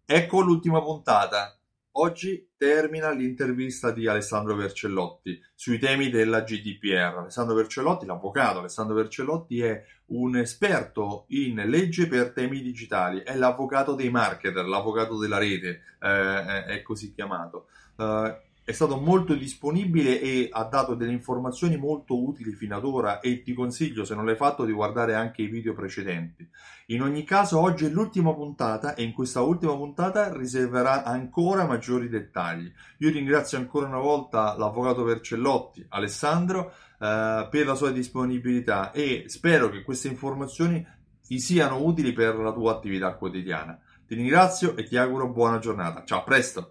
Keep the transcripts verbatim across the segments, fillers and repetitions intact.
Ecco l'ultima puntata. Oggi termina l'intervista di Alessandro Vercellotti sui temi della G D P R. Alessandro Vercellotti, l'avvocato Alessandro Vercellotti, è un esperto in legge per temi digitali, è l'avvocato dei marketer, l'avvocato della rete, eh, è così chiamato. Eh, è stato molto disponibile e ha dato delle informazioni molto utili fino ad ora e ti consiglio, se non l'hai fatto, di guardare anche i video precedenti. In ogni caso, oggi è l'ultima puntata e in questa ultima puntata riserverà ancora maggiori dettagli. Io ringrazio ancora una volta l'avvocato Vercellotti, Alessandro, eh, per la sua disponibilità e spero che queste informazioni ti siano utili per la tua attività quotidiana. Ti ringrazio e ti auguro buona giornata. Ciao, a presto!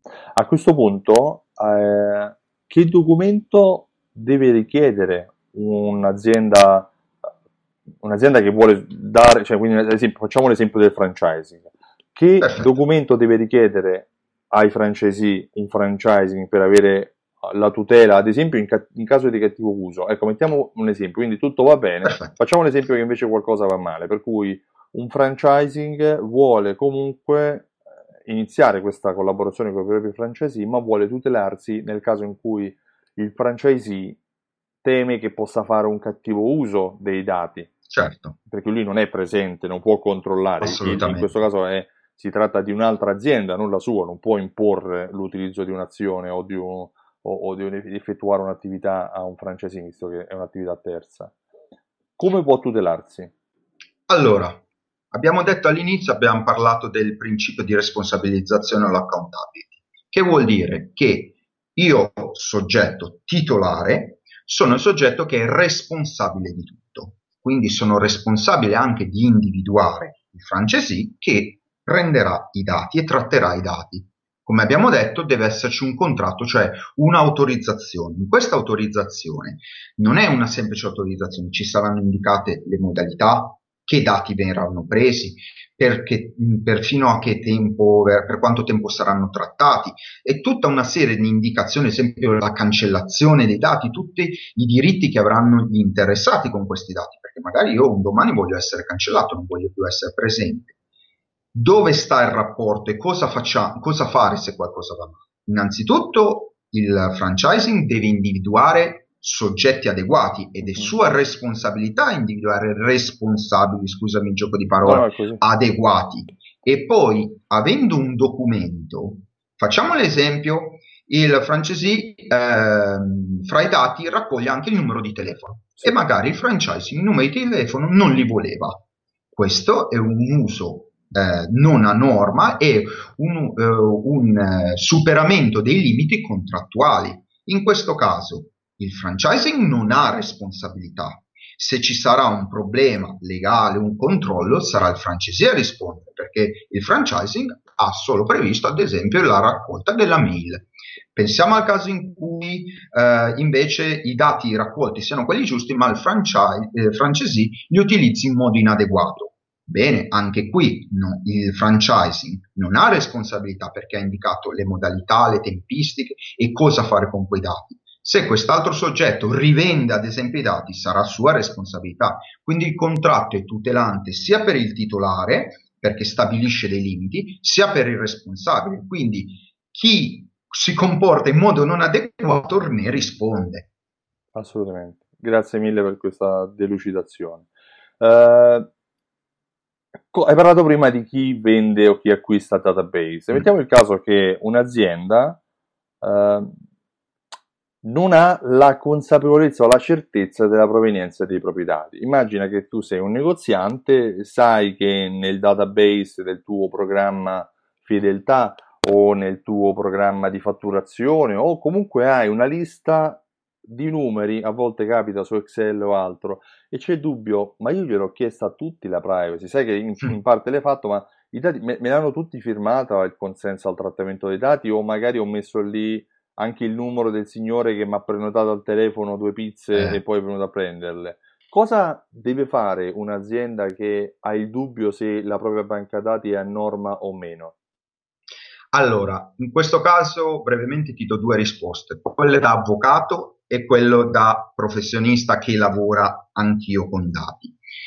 A questo punto, eh, che documento deve richiedere un'azienda, un'azienda che vuole dare, cioè, quindi, ad esempio, facciamo l'esempio del franchising. Che Perfetto. documento deve richiedere ai franchisee un franchising per avere la tutela, ad esempio, in, ca- in caso di cattivo uso? Ecco, mettiamo un esempio, quindi tutto va bene, Perfetto. facciamo l'esempio che invece qualcosa va male, per cui un franchising vuole comunque iniziare questa collaborazione con i propri franchisee, ma vuole tutelarsi nel caso in cui il franchisee teme che possa fare un cattivo uso dei dati, Certo, perché lui non è presente, non può controllare. Il- in assolutamente. questo caso è, si tratta di un'altra azienda, non la sua, non può imporre l'utilizzo di un'azione o di, un, o, o di un- di effettuare un'attività a un franchisee, visto che è un'attività terza. Come può tutelarsi? Allora, abbiamo detto all'inizio, abbiamo parlato del principio di responsabilizzazione o l'accountability, che vuol dire che io, soggetto titolare, sono il soggetto che è responsabile di tutto. Quindi sono responsabile anche di individuare il franchisee che prenderà i dati e tratterà i dati. Come abbiamo detto, deve esserci un contratto, cioè un'autorizzazione. In questa autorizzazione non è una semplice autorizzazione, ci saranno indicate le modalità, che dati verranno presi, perché, per fino a che tempo, per quanto tempo saranno trattati, e tutta una serie di indicazioni, ad esempio la cancellazione dei dati, tutti i diritti che avranno gli interessati con questi dati, perché magari io un domani voglio essere cancellato, non voglio più essere presente. Dove sta il rapporto e cosa, facciamo, cosa fare se qualcosa va male? Innanzitutto il franchising deve individuare soggetti adeguati ed è sua responsabilità individuare responsabili, scusami il gioco di No, no, parole, è così. adeguati. E poi, avendo un documento, facciamo l'esempio, il franchisee ehm, fra i dati raccoglie anche il numero di telefono Sì. e magari il franchising i numeri di telefono non li voleva. Questo è un uso eh, non a norma e un, eh, un eh, superamento dei limiti contrattuali. In questo caso il franchising non ha responsabilità. Se ci sarà un problema legale, un controllo, sarà il franchisee a rispondere, perché il franchising ha solo previsto, ad esempio, la raccolta della mail. Pensiamo al caso in cui eh, invece i dati raccolti siano quelli giusti, ma il franchise, eh, franchisee li utilizzi in modo inadeguato. Bene, anche qui no, il franchising non ha responsabilità perché ha indicato le modalità, le tempistiche e cosa fare con quei dati. Se quest'altro soggetto rivende ad esempio i dati, sarà sua responsabilità. Quindi il contratto è tutelante sia per il titolare, perché stabilisce dei limiti, sia per il responsabile. Quindi chi si comporta in modo non adeguato ne risponde. Assolutamente. Grazie mille per questa delucidazione. Eh, co- hai parlato prima di chi vende o chi acquista database. Mm. Mettiamo il caso che un'azienda eh, non ha la consapevolezza o la certezza della provenienza dei propri dati. Immagina che tu sei un negoziante, sai che nel database del tuo programma fedeltà o nel tuo programma di fatturazione o comunque hai una lista di numeri, a volte capita su Excel o altro, e c'è dubbio, ma io gliel'ho chiesta a tutti la privacy, sai che in, in parte l'hai fatto, ma i dati me, me l'hanno tutti firmata il consenso al trattamento dei dati o magari ho messo lì anche il numero del signore che mi ha prenotato al telefono due pizze Eh. e poi è venuto a prenderle. Cosa deve fare un'azienda che ha il dubbio se la propria banca dati è a norma o meno? Allora, in questo caso brevemente ti do due risposte, quelle da avvocato e quello da professionista che lavora anch'io con dati.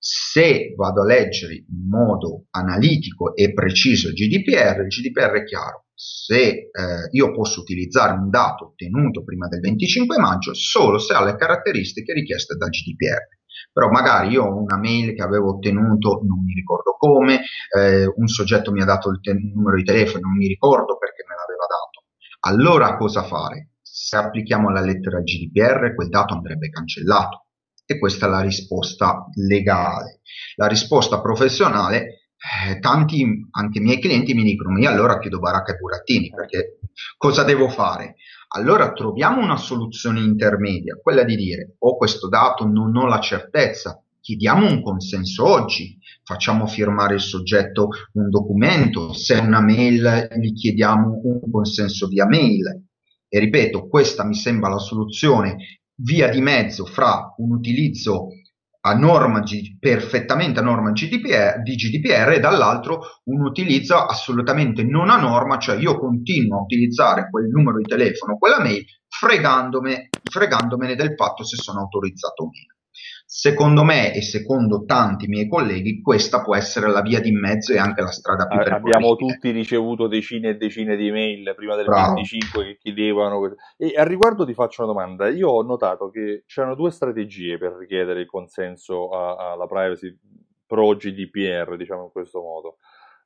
Se vado a leggere in modo analitico e preciso il G D P R, il G D P R è chiaro. Se eh, io posso utilizzare un dato ottenuto prima del venticinque maggio solo se ha le caratteristiche richieste dal G D P R. Però magari io ho una mail che avevo ottenuto, non mi ricordo come, eh, un soggetto mi ha dato il, te- il numero di telefono, non mi ricordo perché me l'aveva dato. Allora cosa fare? Se applichiamo la lettera G D P R, quel dato andrebbe cancellato. E questa è la risposta legale. La risposta professionale, eh, tanti, anche i miei clienti mi dicono, io allora chiudo baracca e burattini, perché cosa devo fare? Allora troviamo una soluzione intermedia, quella di dire, ho questo dato, non ho la certezza, chiediamo un consenso oggi, facciamo firmare il soggetto un documento, se è una mail gli chiediamo un consenso via mail. E ripeto, questa mi sembra la soluzione via di mezzo fra un utilizzo a norma G, perfettamente a norma G D P R, di G D P R e dall'altro un utilizzo assolutamente non a norma, cioè io continuo a utilizzare quel numero di telefono, quella mail, fregandomene, fregandomene del fatto se sono autorizzato o meno. Secondo me e secondo tanti miei colleghi questa può essere la via di mezzo e anche la strada più percorribile. Abbiamo tutti ricevuto decine e decine di mail prima del Bravo. venticinque che chiedevano. E al riguardo ti faccio una domanda. Io ho notato che c'erano due strategie per richiedere il consenso alla privacy pro G D P R, diciamo in questo modo.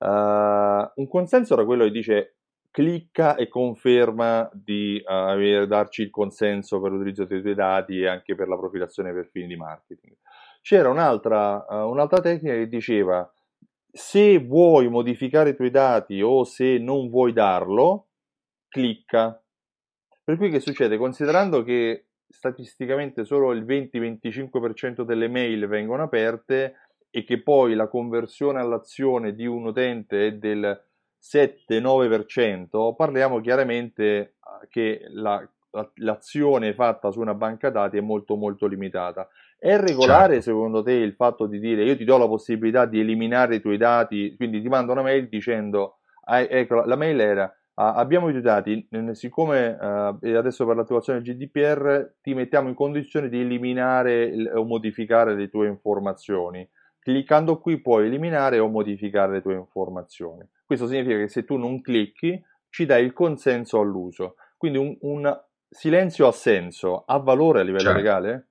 Uh, un consenso era quello che dice clicca e conferma di uh, aver, darci il consenso per l'utilizzo dei tuoi dati e anche per la profilazione per fini di marketing. C'era un'altra, uh, un'altra tecnica che diceva se vuoi modificare i tuoi dati o se non vuoi darlo, clicca. Per cui che succede? Considerando che statisticamente solo il venti venticinque per cento delle mail vengono aperte e che poi la conversione all'azione di un utente è del sette nove per cento, parliamo chiaramente che la, la, l'azione fatta su una banca dati è molto molto limitata. È regolare certo. Secondo te il fatto di dire io ti do la possibilità di eliminare i tuoi dati, quindi ti mando una mail dicendo ah, ecco, la mail era ah, abbiamo i tuoi dati, siccome uh, adesso per l'attivazione del G D P R ti mettiamo in condizione di eliminare o modificare le tue informazioni. Cliccando qui puoi eliminare o modificare le tue informazioni. Questo significa che se tu non clicchi ci dai il consenso all'uso. Quindi un, un silenzio assenso ha valore a livello certo. legale?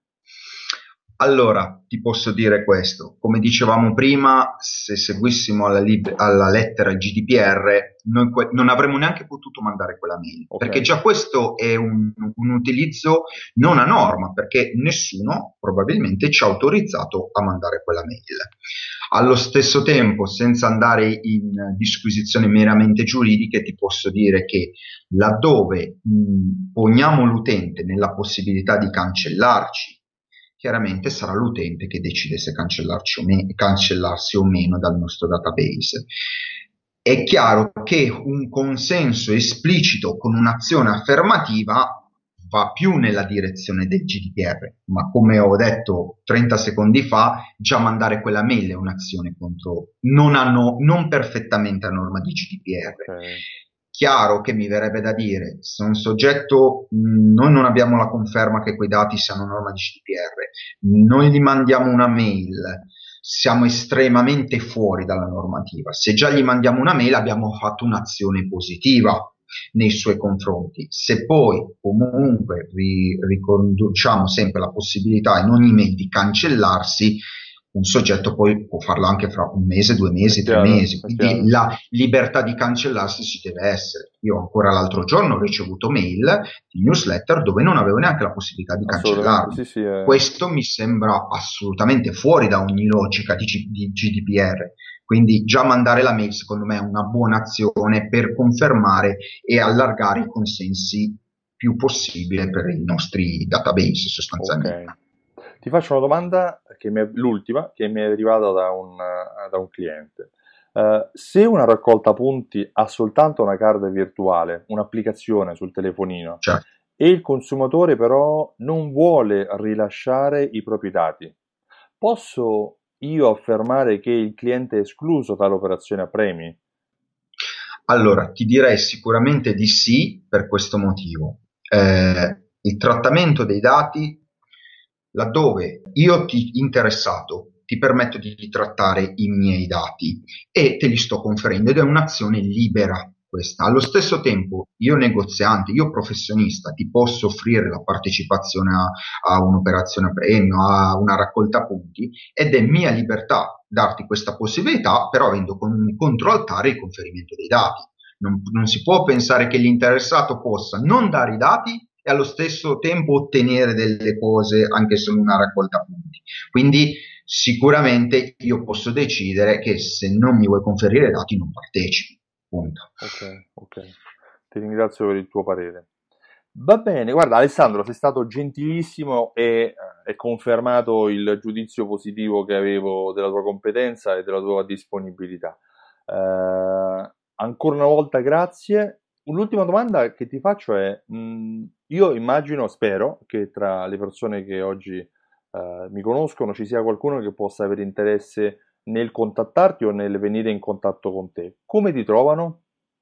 Allora, ti posso dire questo, come dicevamo prima, se seguissimo alla, lib- alla lettera G D P R noi que- non avremmo neanche potuto mandare quella mail, okay. Perché già questo è un, un utilizzo non a norma, perché nessuno probabilmente ci ha autorizzato a mandare quella mail. Allo stesso tempo, senza andare in disquisizioni meramente giuridiche, ti posso dire che laddove mh, poniamo l'utente nella possibilità di cancellarci, chiaramente sarà l'utente che decide se cancellarci o me- cancellarsi o meno dal nostro database. È chiaro che un consenso esplicito con un'azione affermativa va più nella direzione del G D P R, ma come ho detto trenta secondi fa, già mandare quella mail è un'azione contro non, hanno, non perfettamente a norma di G D P R. Okay. Chiaro che mi verrebbe da dire, se un soggetto, mh, noi non abbiamo la conferma che quei dati siano a norma di G D P R, noi gli mandiamo una mail, siamo estremamente fuori dalla normativa. Se già gli mandiamo una mail abbiamo fatto un'azione positiva nei suoi confronti. Se poi comunque ri- riconduciamo sempre la possibilità in ogni mail di cancellarsi, un soggetto poi può farlo anche fra un mese, due mesi, tre mesi, quindi la libertà di cancellarsi ci deve essere. Io ancora l'altro giorno ho ricevuto mail di newsletter dove non avevo neanche la possibilità di cancellarmi. Sì, sì, eh. Questo mi sembra assolutamente fuori da ogni logica di, G- di G D P R. Quindi già mandare la mail secondo me è una buona azione per confermare e allargare i consensi più possibile per i nostri database sostanzialmente. Okay. Ti faccio una domanda, che mi è, l'ultima, che mi è arrivata da un, da un cliente. Uh, se una raccolta punti ha soltanto una card virtuale, un'applicazione sul telefonino, certo. e il consumatore però non vuole rilasciare i propri dati, posso io affermare che il cliente è escluso dall'operazione a premi? Allora, ti direi sicuramente di sì per questo motivo. Eh, il trattamento dei dati, laddove io ti interessato ti permetto di trattare i miei dati e te li sto conferendo ed è un'azione libera questa. Allo stesso tempo io negoziante, io professionista ti posso offrire la partecipazione a, a un'operazione a premio, a una raccolta punti ed è mia libertà darti questa possibilità, però avendo come controaltare il conferimento dei dati. Non, non si può pensare che l'interessato possa non dare i dati e allo stesso tempo ottenere delle cose anche solo una raccolta punti. Quindi sicuramente io posso decidere che se non mi vuoi conferire i dati non partecipi. Punto. Ok, ok. Ti ringrazio per il tuo parere. Va bene, guarda Alessandro, sei stato gentilissimo e è confermato il giudizio positivo che avevo della tua competenza e della tua disponibilità. Eh, ancora una volta grazie. L'ultima domanda che ti faccio è, mh, io immagino, spero, che tra le persone che oggi eh, mi conoscono ci sia qualcuno che possa avere interesse nel contattarti o nel venire in contatto con te. Come ti trovano?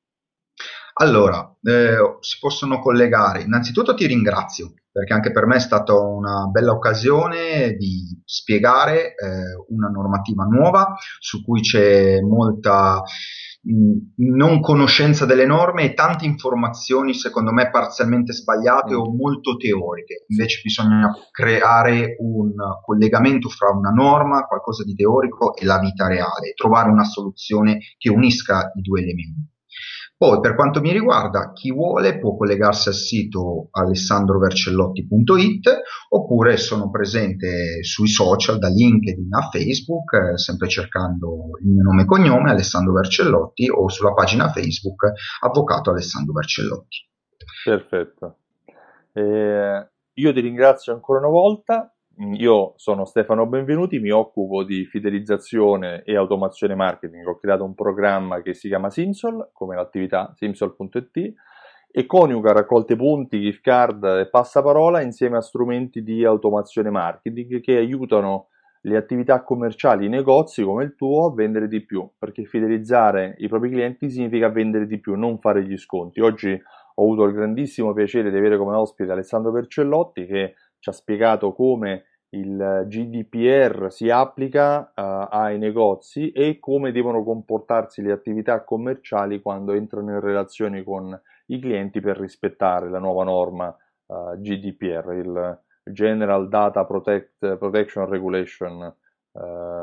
Allora, eh, si possono collegare. Innanzitutto ti ringrazio, perché anche per me è stata una bella occasione di spiegare eh, una normativa nuova su cui c'è molta mh, non conoscenza delle norme e tante informazioni, secondo me, parzialmente sbagliate Mm. o molto teoriche. Invece bisogna creare un collegamento fra una norma, qualcosa di teorico e la vita reale, e trovare una soluzione che unisca i due elementi. Poi, per quanto mi riguarda, chi vuole può collegarsi al sito alessandro vercellotti punto it oppure sono presente sui social, da LinkedIn a Facebook, eh, sempre cercando il mio nome e cognome, Alessandro Vercellotti, o sulla pagina Facebook Avvocato Alessandro Vercellotti. Perfetto. Eh, io ti ringrazio ancora una volta. Io sono Stefano Benvenuti, mi occupo di fidelizzazione e automazione marketing. Ho creato un programma che si chiama Simsol, come l'attività simsol punto it, e coniuga raccolte punti, gift card e passaparola insieme a strumenti di automazione marketing che aiutano le attività commerciali, i negozi come il tuo a vendere di più, perché fidelizzare i propri clienti significa vendere di più, non fare gli sconti. Oggi ho avuto il grandissimo piacere di avere come ospite Alessandro Vercellotti, che ci ha spiegato come il G D P R si applica uh, ai negozi e come devono comportarsi le attività commerciali quando entrano in relazione con i clienti per rispettare la nuova norma uh, G D P R, il General Data Protect, Protection Regulation uh,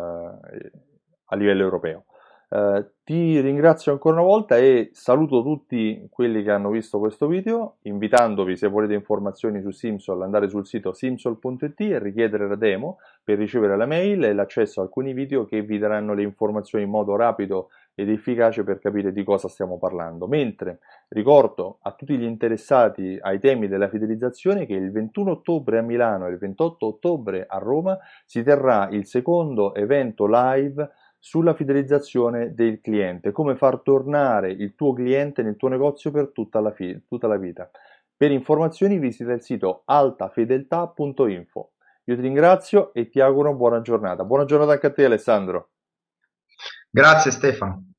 a livello europeo. Uh, ti ringrazio ancora una volta e saluto tutti quelli che hanno visto questo video, invitandovi, se volete informazioni su Simsol, ad andare sul sito simsol punto it e richiedere la demo per ricevere la mail e l'accesso a alcuni video che vi daranno le informazioni in modo rapido ed efficace per capire di cosa stiamo parlando. Mentre ricordo a tutti gli interessati ai temi della fidelizzazione che il ventuno ottobre a Milano e il ventotto ottobre a Roma si terrà il secondo evento live sulla fidelizzazione del cliente, come far tornare il tuo cliente nel tuo negozio per tutta la, fi- tutta la vita. Per informazioni visita il sito altafedeltà punto info. Io ti ringrazio e ti auguro buona giornata. Buona giornata anche a te Alessandro. Grazie Stefano.